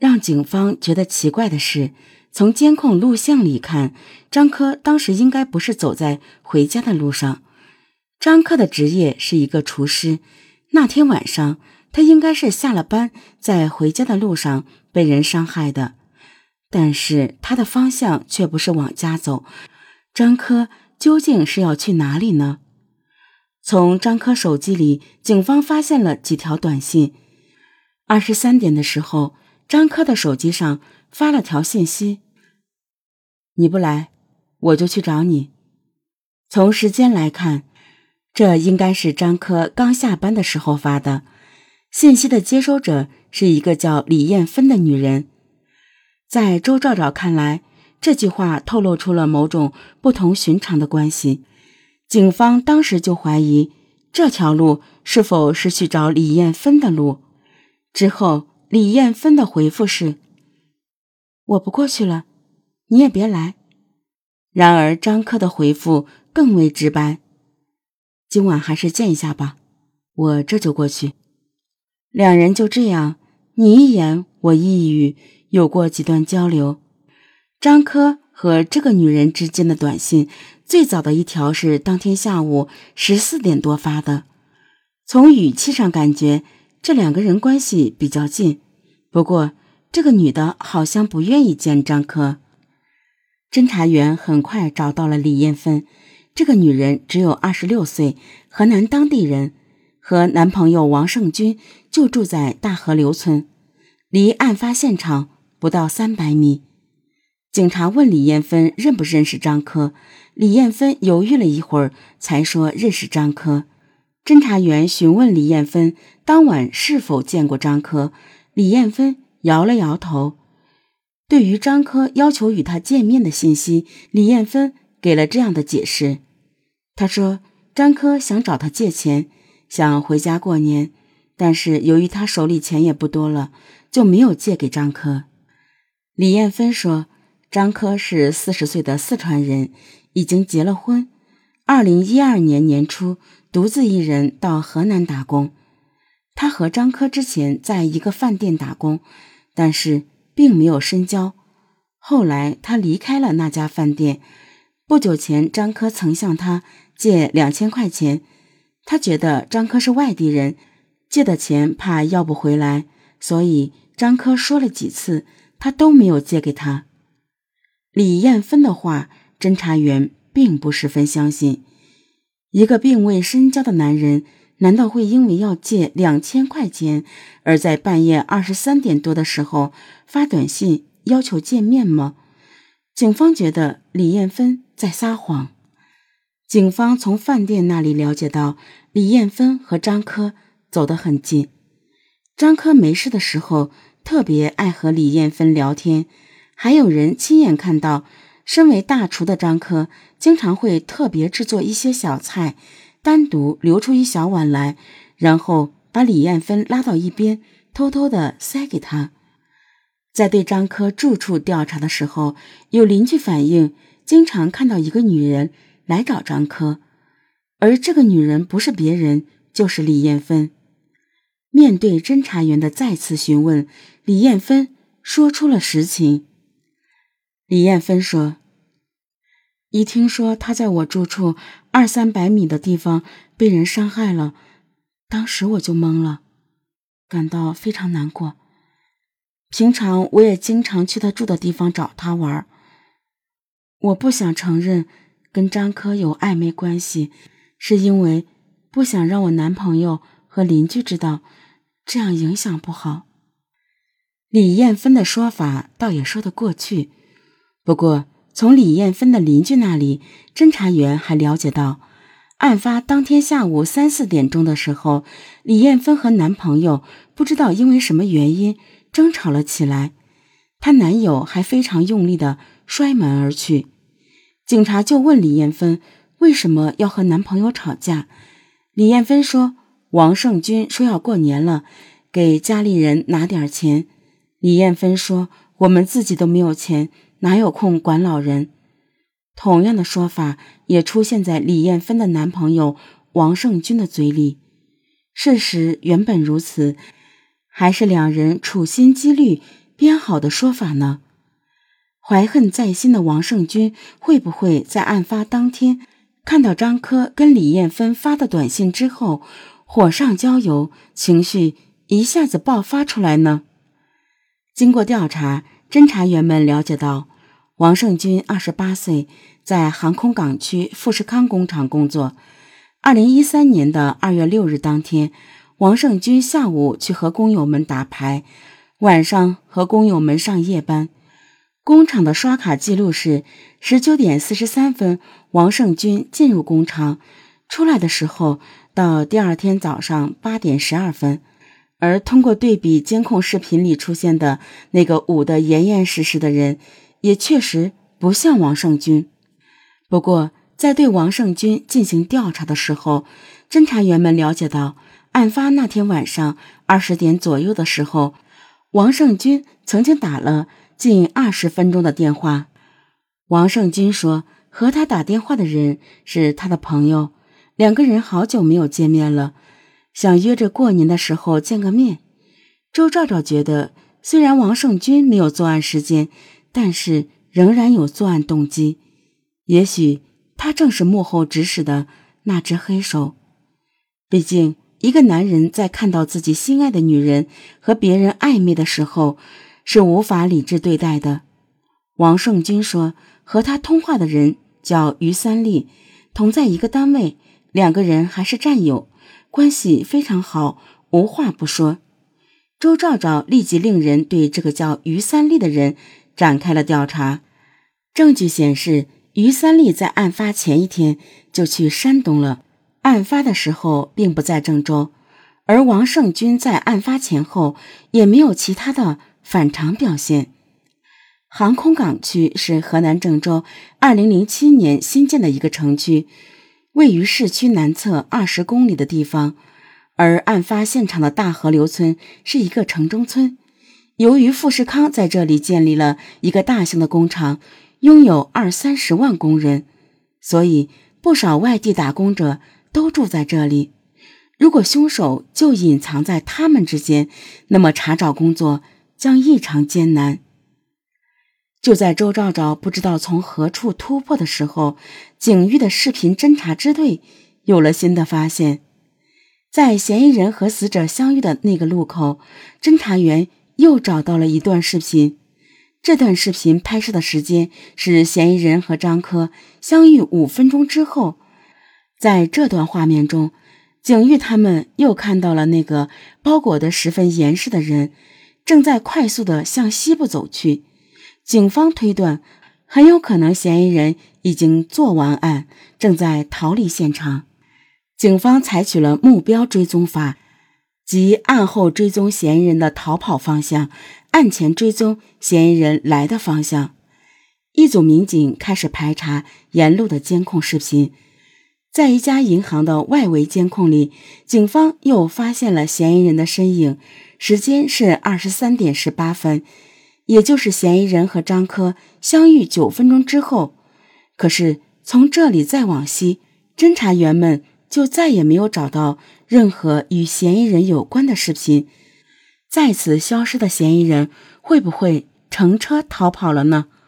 让警方觉得奇怪的是，从监控录像里看，张科当时应该不是走在回家的路上。张科的职业是一个厨师，那天晚上他应该是下了班，在回家的路上被人伤害的，但是他的方向却不是往家走。张科究竟是要去哪里呢？从张科手机里，警方发现了几条短信。23点的时候，张科的手机上发了条信息：你不来，我就去找你。从时间来看，这应该是张科刚下班的时候发的。信息的接收者是一个叫李艳芬的女人。在周兆兆看来，这句话透露出了某种不同寻常的关系。警方当时就怀疑这条路是否是去找李艳芬的路。之后李艳芬的回复是：我不过去了，你也别来。然而张科的回复更为直白：今晚还是见一下吧，我这就过去。两人就这样你一言我一语，有过几段交流。张科和这个女人之间的短信，最早的一条是当天下午14点多发的。从语气上感觉这两个人关系比较近，不过这个女的好像不愿意见张科。侦查员很快找到了李艳芬，这个女人只有26岁，河南当地人，和男朋友王胜军就住在大河流村，离案发现场不到300米。警察问李艳芬认不认识张科，李艳芬犹豫了一会儿才说认识张科。侦查员询问李艳芬当晚是否见过张科，李艳芬摇了摇头。对于张科要求与他见面的信息，李艳芬给了这样的解释。他说张科想找他借钱，想回家过年，但是由于他手里钱也不多了，就没有借给张科。李艳芬说张科是40岁的四川人，已经结了婚，2012年年初独自一人到河南打工。他和张科之前在一个饭店打工，但是并没有深交。后来他离开了那家饭店，不久前张科曾向他借2000块钱，他觉得张科是外地人，借的钱怕要不回来，所以张科说了几次，他都没有借给他。李艳芬的话，侦查员并不十分相信。一个并未深交的男人，难道会因为要借2000块钱，而在半夜23点多的时候发短信要求见面吗？警方觉得李艳芬在撒谎。警方从饭店那里了解到，李艳芬和张科走得很近。张科没事的时候特别爱和李艳芬聊天，还有人亲眼看到，身为大厨的张科经常会特别制作一些小菜，单独留出一小碗来，然后把李艳芬拉到一边，偷偷地塞给他。在对张科住处调查的时候，有邻居反映经常看到一个女人来找张科，而这个女人不是别人，就是李艳芬。面对侦查员的再次询问，李艳芬说出了实情。李艳芬说，一听说他在我住处200-300米的地方被人伤害了，当时我就懵了，感到非常难过。平常我也经常去他住的地方找他玩，我不想承认跟张科有暧昧关系，是因为不想让我男朋友和邻居知道，这样影响不好。李艳芬的说法倒也说得过去，不过从李艳芬的邻居那里，侦查员还了解到，案发当天下午3-4点钟的时候，李艳芬和男朋友不知道因为什么原因争吵了起来，她男友还非常用力地摔门而去。警察就问李艳芬为什么要和男朋友吵架，李艳芬说王胜军说要过年了，给家里人拿点钱。李艳芬说我们自己都没有钱，哪有空管老人。同样的说法也出现在李艳芬的男朋友王胜军的嘴里。事实原本如此，还是两人处心积虑编好的说法呢？怀恨在心的王胜军会不会在案发当天看到张科跟李艳芬发的短信之后火上浇油，情绪一下子爆发出来呢？经过调查，侦查员们了解到，王胜军28岁，在航空港区富士康工厂工作。2013年的2月6日当天，王胜军下午去和工友们打牌，晚上和工友们上夜班。工厂的刷卡记录是19点43分，王胜军进入工厂，出来的时候到第二天早上8点12分。而通过对比监控视频里出现的那个捂得严严实实的人，也确实不像王胜军。不过在对王胜军进行调查的时候，侦查员们了解到，案发那天晚上20点左右的时候，王胜军曾经打了近20分钟的电话。王胜军说，和他打电话的人是他的朋友，两个人好久没有见面了，想约着过年的时候见个面。周兆兆觉得，虽然王胜军没有作案时间，但是仍然有作案动机，也许他正是幕后指使的那只黑手。毕竟一个男人在看到自己心爱的女人和别人暧昧的时候，是无法理智对待的。王胜军说，和他通话的人叫于三立，同在一个单位，两个人还是战友，关系非常好，无话不说。周兆兆立即令人对这个叫于三立的人展开了调查。证据显示，于三立在案发前一天就去山东了，案发的时候并不在郑州，而王胜军在案发前后也没有其他的反常表现。航空港区是河南郑州2007年新建的一个城区，位于市区南侧20公里的地方，而案发现场的大河流村是一个城中村。由于富士康在这里建立了一个大型的工厂，拥有20-30万工人，所以不少外地打工者都住在这里。如果凶手就隐藏在他们之间，那么查找工作将异常艰难。就在周兆兆不知道从何处突破的时候，警域的视频侦查支队有了新的发现。在嫌疑人和死者相遇的那个路口，侦查员又找到了一段视频。这段视频拍摄的时间是嫌疑人和张科相遇5分钟之后。在这段画面中，警域他们又看到了那个包裹得十分严实的人正在快速地向西部走去。警方推断，很有可能嫌疑人已经做完案，正在逃离现场。警方采取了目标追踪法，即案后追踪嫌疑人的逃跑方向，案前追踪嫌疑人来的方向。一组民警开始排查沿路的监控视频，在一家银行的外围监控里，警方又发现了嫌疑人的身影，时间是23点18分，也就是嫌疑人和张科相遇9分钟之后。可是从这里再往西，侦查员们就再也没有找到任何与嫌疑人有关的视频。再次消失的嫌疑人会不会乘车逃跑了呢？